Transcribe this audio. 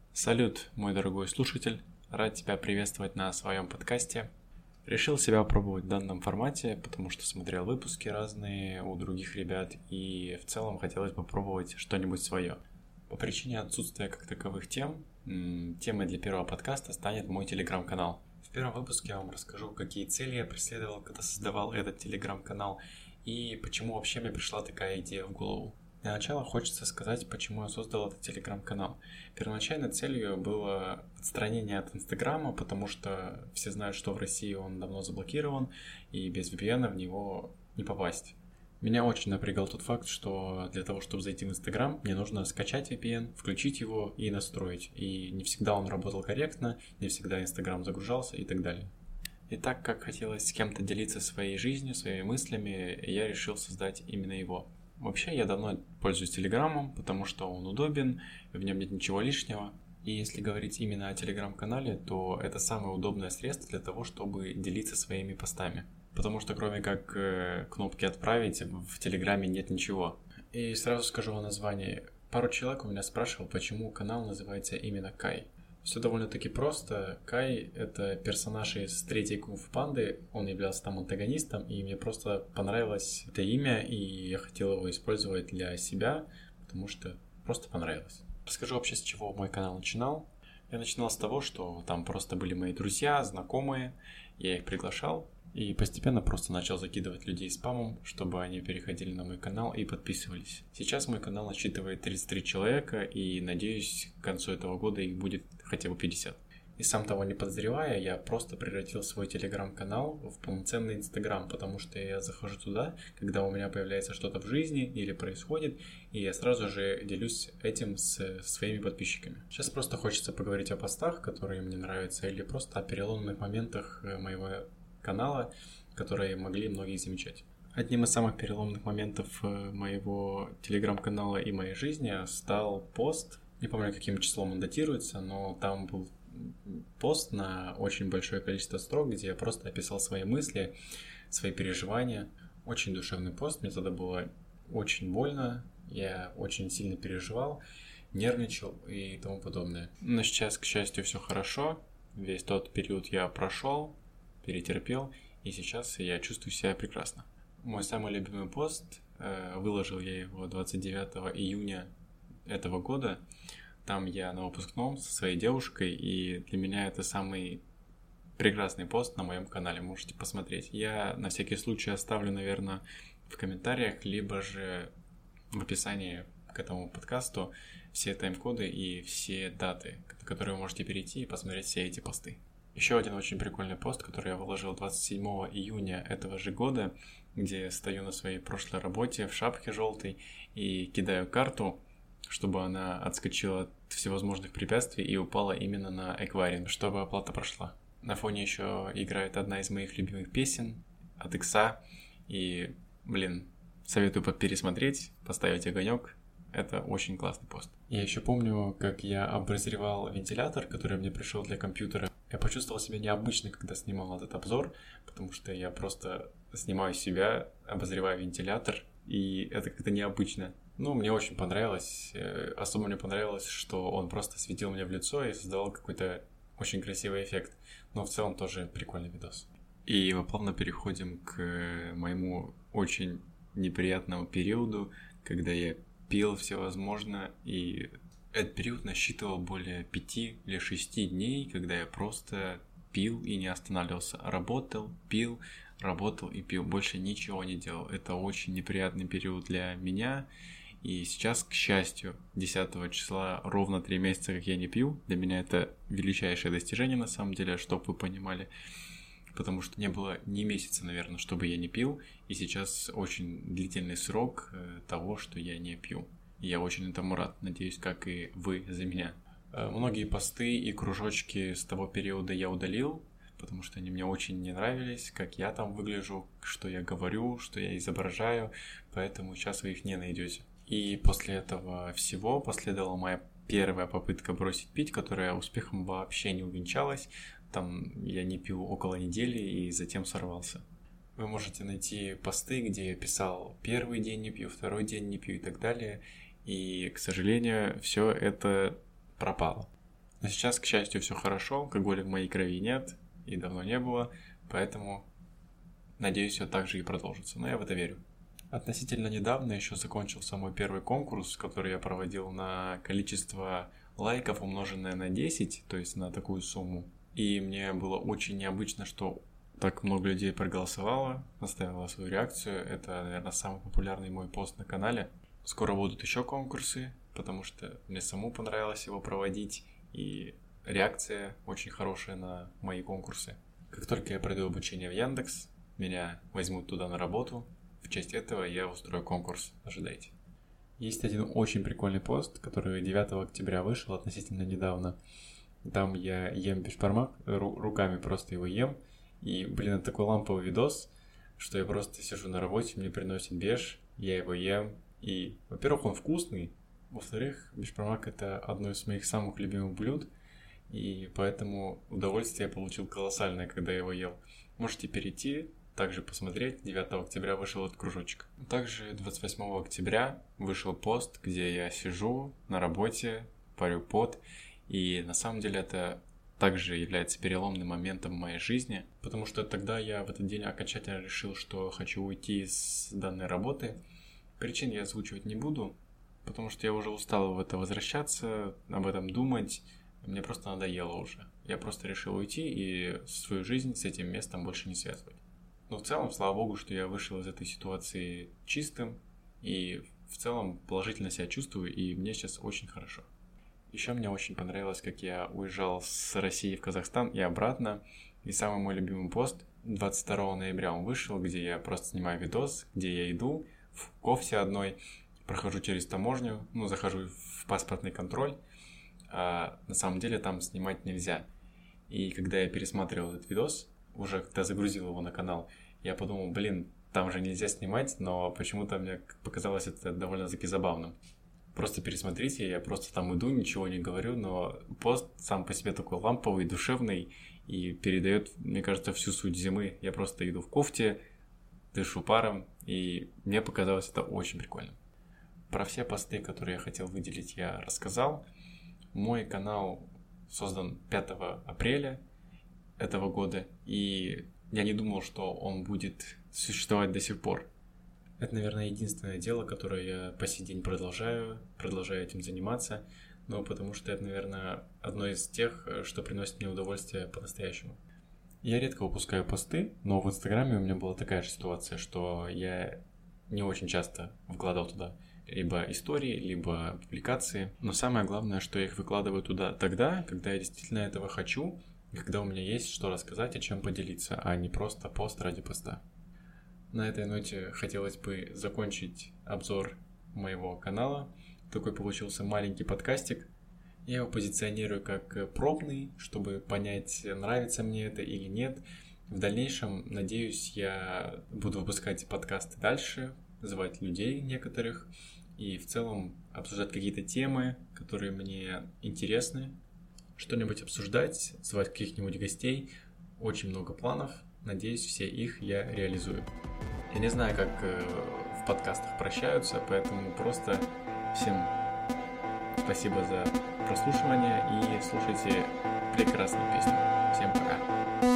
Салют, мой дорогой слушатель, рад тебя приветствовать на своем подкасте. Решил себя пробовать в данном формате, потому что смотрел выпуски разные у других ребят и в целом хотелось попробовать что-нибудь свое. По причине отсутствия как таковых тем, темой для первого подкаста станет мой телеграм-канал. В первом выпуске я вам расскажу, какие цели я преследовал, когда создавал этот телеграм-канал и почему вообще мне пришла такая идея в голову. Для начала хочется сказать, почему я создал этот телеграм-канал. Первоначальной целью было отстранение от Инстаграма, потому что все знают, что в России он давно заблокирован, и без VPN в него не попасть. Меня очень напрягал тот факт, что для того, чтобы зайти в Инстаграм, мне нужно скачать VPN, включить его и настроить. И не всегда он работал корректно, не всегда Инстаграм загружался и так далее. И так как хотелось с кем-то делиться своей жизнью, своими мыслями, я решил создать именно его. Вообще, я давно пользуюсь Телеграмом, потому что он удобен, в нем нет ничего лишнего. И если говорить именно о Телеграм-канале, то это самое удобное средство для того, чтобы делиться своими постами. Потому что кроме как кнопки «Отправить» в Телеграме нет ничего. И сразу скажу о названии. Пару человек у меня спрашивал, почему канал называется именно Кай. Все довольно-таки просто. Кай — это персонаж из третьей кунг-фу панды, он являлся там антагонистом, и мне просто понравилось это имя, и я хотел его использовать для себя, потому что просто понравилось. Расскажу вообще, с чего мой канал начинал. Я начинал с того, что там просто были мои друзья, знакомые, я их приглашал, и постепенно просто начал закидывать людей спамом, чтобы они переходили на мой канал и подписывались. Сейчас мой канал насчитывает 33 человека, и надеюсь, к концу этого года их будет хотя бы 50. И сам того не подозревая, я просто превратил свой телеграм-канал в полноценный инстаграм, потому что я захожу туда, когда у меня появляется что-то в жизни или происходит, и я сразу же делюсь этим с своими подписчиками. Сейчас просто хочется поговорить о постах, которые мне нравятся, или просто о переломных моментах моего канала, которые могли многие замечать. Одним из самых переломных моментов моего телеграм-канала и моей жизни стал пост, не помню, каким числом он датируется, но там был пост на очень большое количество строк, где я просто описал свои мысли, свои переживания. Очень душевный пост, мне тогда было очень больно, я очень сильно переживал, нервничал и тому подобное. Но сейчас, к счастью, все хорошо, весь тот период я прошел, перетерпел, и сейчас я чувствую себя прекрасно. Мой самый любимый пост, выложил я его 29 июня этого года. Там я на выпускном со своей девушкой, и для меня это самый прекрасный пост на моем канале, можете посмотреть. Я на всякий случай оставлю, наверное, в комментариях, либо же в описании к этому подкасту все тайм-коды и все даты, на которые вы можете перейти и посмотреть все эти посты. Еще один очень прикольный пост, который я выложил 27 июня этого же года, где я стою на своей прошлой работе в шапке желтой и кидаю карту, чтобы она отскочила от всевозможных препятствий и упала именно на эквайринг, чтобы оплата прошла. На фоне еще играет одна из моих любимых песен от Икса, и, советую пересмотреть, поставить огонек. Это очень классный пост. Я еще помню, как я обозревал вентилятор, который мне пришел для компьютера. Я почувствовал себя необычно, когда снимал этот обзор, потому что я просто снимаю себя, обозреваю вентилятор, и это как-то необычно. Мне очень понравилось. Особо мне понравилось, что он просто светил мне в лицо и создавал какой-то очень красивый эффект. Но в целом тоже прикольный видос. И мы плавно переходим к моему очень неприятному периоду, когда я пил всевозможно, и этот период насчитывал более 5 или 6 дней, когда я просто пил и не останавливался. Работал, пил, работал и пил. Больше ничего не делал. Это очень неприятный период для меня. И сейчас, к счастью, 10 числа ровно 3 месяца, как я не пью. Для меня это величайшее достижение, на самом деле, чтобы вы понимали. Потому что не было ни месяца, наверное, чтобы я не пил. И сейчас очень длительный срок того, что я не пью. И я очень этому рад. Надеюсь, как и вы за меня. Многие посты и кружочки с того периода я удалил, потому что они мне очень не нравились, как я там выгляжу, что я говорю, что я изображаю. Поэтому сейчас вы их не найдете. И после этого всего последовала моя первая попытка бросить пить, которая успехом вообще не увенчалась. Там я не пил около недели и затем сорвался. Вы можете найти посты, где я писал первый день не пью, второй день не пью и так далее. И, к сожалению, все это пропало. Но сейчас, к счастью, все хорошо, алкоголя в моей крови нет и давно не было, поэтому, надеюсь, все так же и продолжится, но я в это верю. Относительно недавно еще закончился мой первый конкурс, который я проводил на количество лайков, умноженное на 10, то есть на такую сумму. И мне было очень необычно, что так много людей проголосовало, оставило свою реакцию. Это, наверное, самый популярный мой пост на канале. Скоро будут еще конкурсы, потому что мне самому понравилось его проводить, и реакция очень хорошая на мои конкурсы. Как только я пройду обучение в Яндекс, меня возьмут туда на работу. В честь этого я устрою конкурс, ожидайте. Есть один очень прикольный пост, который 9 октября вышел относительно недавно. Там я ем бешбармак, руками просто его ем. И, это такой ламповый видос, что я просто сижу на работе, мне приносят беш, я его ем. И, во-первых, он вкусный, во-вторых, бешбармак — это одно из моих самых любимых блюд, и поэтому удовольствие я получил колоссальное, когда я его ел. Можете перейти, также посмотреть. 9 октября вышел этот кружочек. Также 28 октября вышел пост, где я сижу на работе, парю пот, и на самом деле это также является переломным моментом в моей жизни, потому что тогда я в этот день окончательно решил, что хочу уйти с данной работы. Причин я озвучивать не буду, потому что я уже устал в это возвращаться, об этом думать, мне просто надоело уже. Я просто решил уйти и свою жизнь с этим местом больше не связывать. Но в целом, слава богу, что я вышел из этой ситуации чистым и в целом положительно себя чувствую, и мне сейчас очень хорошо. Еще мне очень понравилось, как я уезжал с России в Казахстан и обратно. И самый мой любимый пост 22 ноября он вышел, где я просто снимаю видос, где я иду в кофте одной, прохожу через таможню, захожу в паспортный контроль, а на самом деле там снимать нельзя. И когда я пересматривал этот видос, уже когда загрузил его на канал, я подумал, там же нельзя снимать, но почему-то мне показалось это довольно-таки забавным. Просто пересмотрите, я просто там иду, ничего не говорю, но пост сам по себе такой ламповый, душевный и передает, мне кажется, всю суть зимы. Я просто иду в кофте, дышу паром, и мне показалось это очень прикольно. Про все посты, которые я хотел выделить, я рассказал. Мой канал создан 5 апреля этого года, и я не думал, что он будет существовать до сих пор. Это, наверное, единственное дело, которое я по сей день продолжаю этим заниматься, но потому что это, наверное, одно из тех, что приносит мне удовольствие по-настоящему. Я редко выпускаю посты, но в Инстаграме у меня была такая же ситуация, что я не очень часто вкладывал туда либо истории, либо публикации, но самое главное, что я их выкладываю туда тогда, когда я действительно этого хочу, и когда у меня есть что рассказать, о чем поделиться, а не просто пост ради поста. На этой ноте хотелось бы закончить обзор моего канала. Такой получился маленький подкастик. Я его позиционирую как пробный, чтобы понять, нравится мне это или нет. В дальнейшем, надеюсь, я буду выпускать подкасты дальше, звать людей некоторых и в целом обсуждать какие-то темы, которые мне интересны, что-нибудь обсуждать, звать каких-нибудь гостей. Очень много планов. Надеюсь, все их я реализую. Я не знаю, как в подкастах прощаются, поэтому просто всем спасибо за прослушивание и слушайте прекрасную песню. Всем пока.